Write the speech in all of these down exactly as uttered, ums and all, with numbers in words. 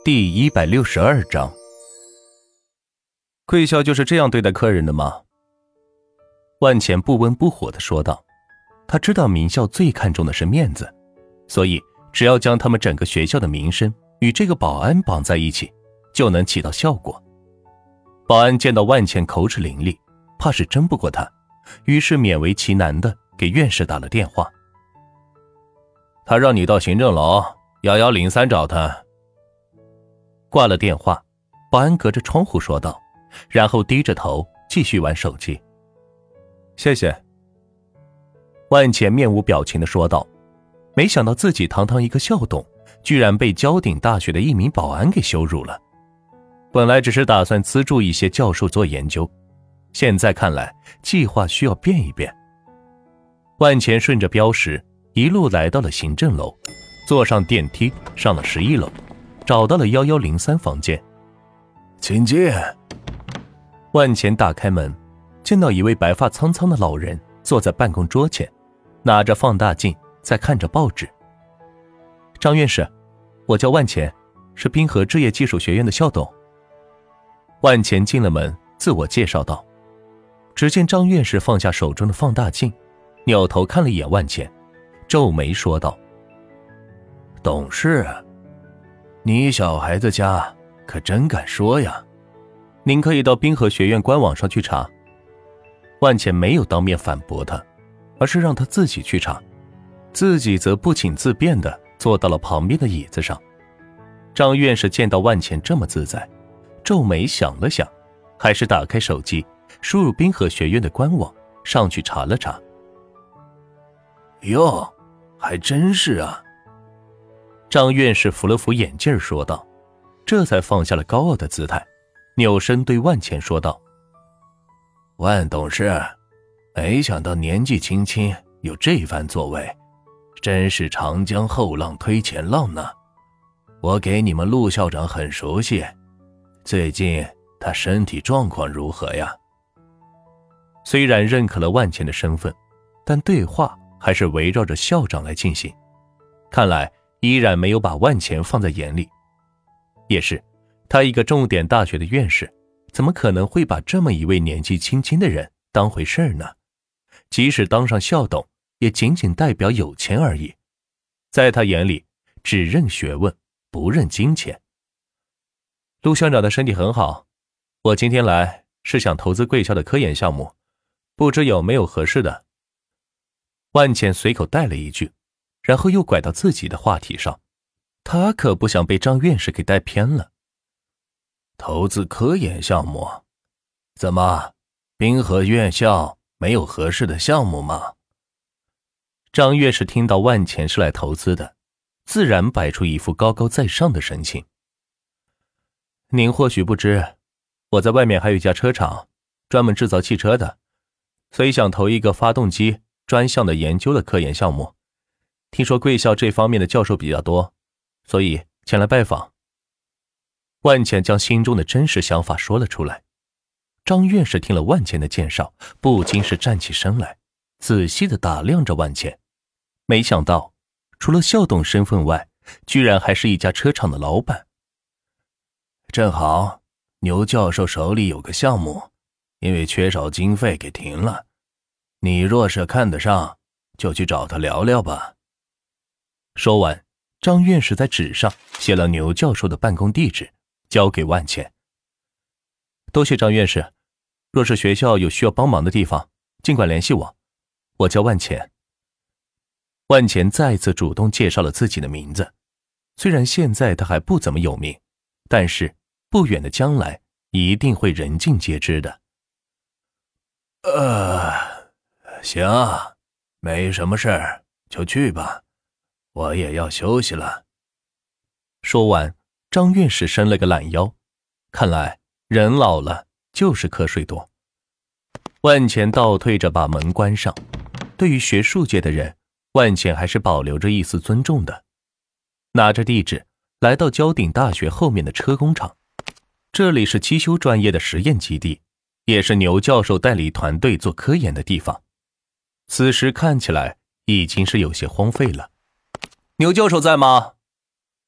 第一百六十二章，贵校就是这样对待客人的吗？万钱不温不火地说道。他知道名校最看重的是面子，所以只要将他们整个学校的名声与这个保安绑在一起，就能起到效果。保安见到万钱口齿伶俐，怕是争不过他，于是勉为其难地给院士打了电话。他让你到行政楼一一零三找他。挂了电话，保安隔着窗户说道，然后低着头继续玩手机。谢谢。万钱面无表情地说道，没想到自己堂堂一个校董，居然被交鼎大学的一名保安给羞辱了。本来只是打算资助一些教授做研究，现在看来计划需要变一变。万钱顺着标识一路来到了行政楼，坐上电梯上了十一楼，找到了一一零三房间。 请进。 万钱打开门，见到一位白发苍苍的老人坐在办公桌前，拿着放大镜在看着报纸。张院士，我叫万钱，是滨河置业技术学院的校董。万钱进了门，自我介绍道。只见张院士放下手中的放大镜，扭头看了一眼万钱，皱眉说道： 董事，你小孩子家可真敢说呀。 您可以到滨河学院官网上去查。万钱没有当面反驳他，而是让他自己去查，自己则不请自便地坐到了旁边的椅子上。张院士见到万钱这么自在，皱眉想了想，还是打开手机输入滨河学院的官网，上去查了查。 哟，还真是啊。 张院士扶了扶眼镜说道，这才放下了高傲的姿态，扭身对万钱说道： 万董事，没想到年纪轻轻有这番作为，真是长江后浪推前浪呢。我给你们陆校长很熟悉，最近他身体状况如何呀？ 虽然认可了万钱的身份，但对话还是围绕着校长来进行，看来依然没有把万钱放在眼里。也是，他一个重点大学的院士，怎么可能会把这么一位年纪轻轻的人当回事呢？即使当上校董，也仅仅代表有钱而已。在他眼里，只认学问，不认金钱。陆校长的身体很好，我今天来是想投资贵校的科研项目，不知有没有合适的。万钱随口带了一句，然后又拐到自己的话题上，他可不想被张院士给带偏了。 投资科研项目？怎么，滨河院校没有合适的项目吗？ 张院士听到万钱是来投资的，自然摆出一副高高在上的神情。您或许不知，我在外面还有一家车厂，专门制造汽车的，所以想投一个发动机专项的研究的科研项目。听说贵校这方面的教授比较多，所以前来拜访。万钱将心中的真实想法说了出来。张院士听了万钱的介绍，不禁是站起身来，仔细地打量着万钱。没想到除了校董身份外，居然还是一家车厂的老板。 正好牛教授手里有个项目，因为缺少经费给停了，你若是看得上，就去找他聊聊吧。 说完，张院士在纸上写了牛教授的办公地址，交给万钱。多谢张院士，若是学校有需要帮忙的地方，尽管联系我，我叫万钱。万钱再次主动介绍了自己的名字，虽然现在他还不怎么有名，但是不远的将来一定会人尽皆知的。 呃，行，没什么事儿，就去吧，我也要休息了。 说完，张院士伸了个懒腰，看来人老了就是瞌睡多。万钱倒退着把门关上，对于学术界的人，万钱还是保留着一丝尊重的。拿着地址来到交鼎大学后面的车工厂，这里是汽修专业的实验基地，也是牛教授带领团队做科研的地方。此时看起来已经是有些荒废了。牛教授在吗？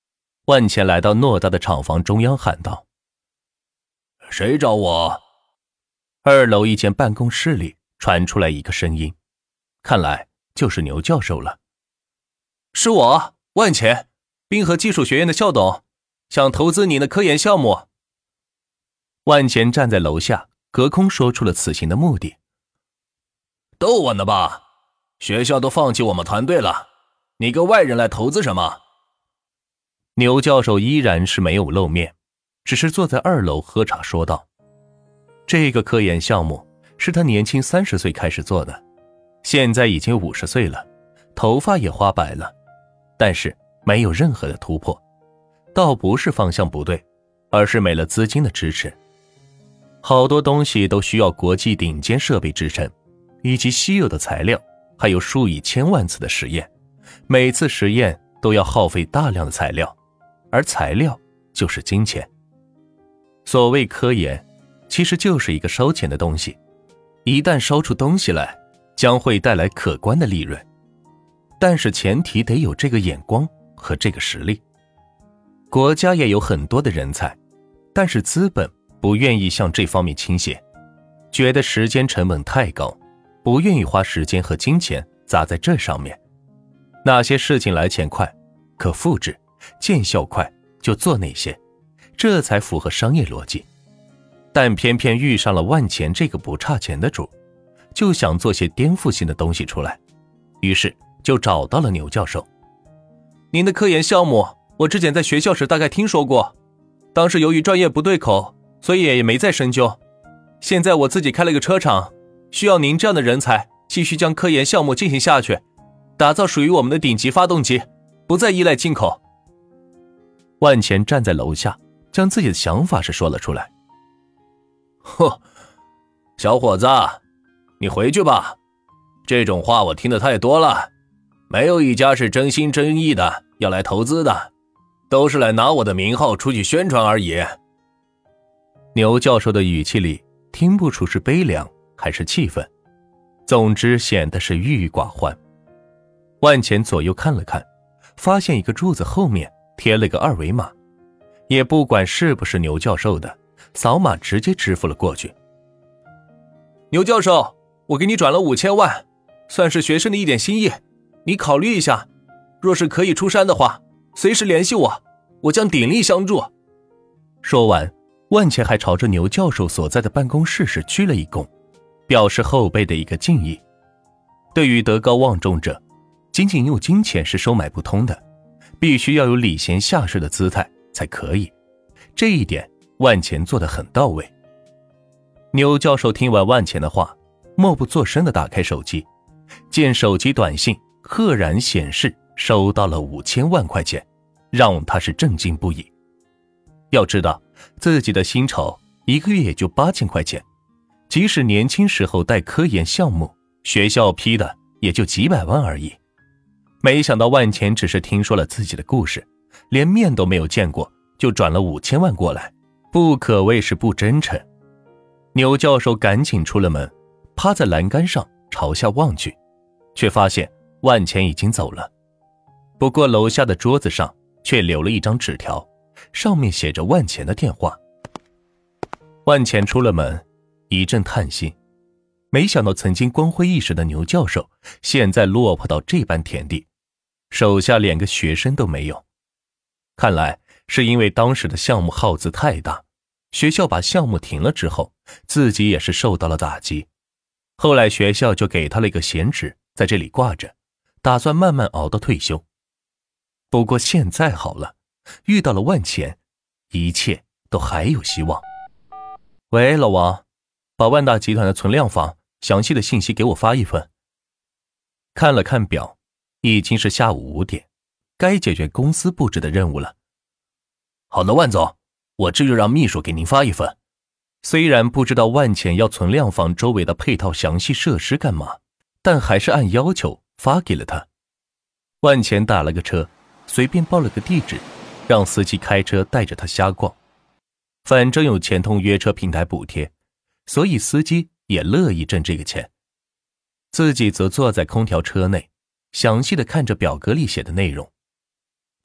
万钱来到偌大的厂房中央喊道： 谁找我？ 二楼一间办公室里传出来一个声音，看来就是牛教授了。 是我，万钱，滨河技术学院的校董，想投资你的科研项目。 万钱站在楼下，隔空说出了此行的目的。 逗我呢吧？学校都放弃我们团队了，你个外人来投资什么？ 牛教授依然是没有露面，只是坐在二楼喝茶说道：这个科研项目是他年轻三十岁开始做的，现在已经五十岁了，头发也花白了，但是没有任何的突破。倒不是方向不对，而是没了资金的支持。好多东西都需要国际顶尖设备支撑，以及稀有的材料，还有数以千万次的实验，每次实验都要耗费大量的材料，而材料就是金钱。所谓科研，其实就是一个烧钱的东西，一旦烧出东西来，将会带来可观的利润，但是前提得有这个眼光和这个实力。国家也有很多的人才，但是资本不愿意向这方面倾斜，觉得时间成本太高，不愿意花时间和金钱砸在这上面。哪些事情来钱快，可复制，见效快，就做那些，这才符合商业逻辑。但偏偏遇上了万钱这个不差钱的主，就想做些颠覆性的东西出来，于是就找到了牛教授。 您的科研项目我之前在学校时大概听说过，当时由于专业不对口，所以也没再深究。现在我自己开了个车厂，需要您这样的人才继续将科研项目进行下去，打造属于我们的顶级发动机，不再依赖进口。 万钱站在楼下，将自己的想法是说了出来。 呵，小伙子，你回去吧，这种话我听得太多了，没有一家是真心真意的要来投资的，都是来拿我的名号出去宣传而已。 牛教授的语气里听不出是悲凉还是气愤，总之显得是郁郁寡欢。万钱左右看了看，发现一个柱子后面贴了个二维码，也不管是不是牛教授的，扫码直接支付了过去。 牛教授，我给你转了五千万，算是学生的一点心意，你考虑一下，若是可以出山的话，随时联系我，我将鼎力相助。 说完，万钱还朝着牛教授所在的办公室是鞠了一躬，表示后辈的一个敬意。对于德高望重者，仅仅用金钱是收买不通的，必须要有礼贤下士的姿态才可以。这一点万钱做得很到位。牛教授听完万钱的话，默不作声地打开手机，见手机短信赫然显示收到了五千万块钱，让他是震惊不已。要知道自己的薪酬一个月也就八千块钱，即使年轻时候带科研项目，学校批的也就几百万而已。没想到万钱只是听说了自己的故事，连面都没有见过，就转了五千万过来，不可谓是不真诚。牛教授赶紧出了门，趴在栏杆上朝下望去，却发现万钱已经走了。不过楼下的桌子上却留了一张纸条，上面写着万钱的电话。万钱出了门，一阵叹息，没想到曾经光辉一时的牛教授，现在落魄到这般田地，手下连个学生都没有。看来是因为当时的项目耗资太大，学校把项目停了之后，自己也是受到了打击。后来学校就给他了一个闲职，在这里挂着，打算慢慢熬到退休。不过现在好了，遇到了万钱，一切都还有希望。喂，老王，把万达集团的存量房详细的信息给我发一份。看了看表，已经是下午五点，该解决公司布置的任务了。 好的，万总，我这就让秘书给您发一份。 虽然不知道万钱要存量房周围的配套详细设施干嘛，但还是按要求发给了他。万钱打了个车，随便报了个地址，让司机开车带着他瞎逛。反正有钱通约车平台补贴，所以司机也乐意挣这个钱。自己则坐在空调车内，详细的看着表格里写的内容。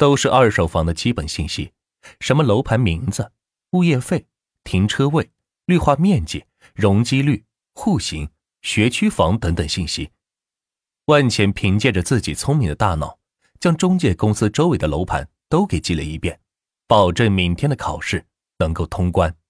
都是二手房的基本信息，什么楼盘名字、物业费、停车位、绿化面积、容积率、户型、学区房等等信息。万钱凭借着自己聪明的大脑，将中介公司周围的楼盘都给记了一遍，保证明天的考试能够通关。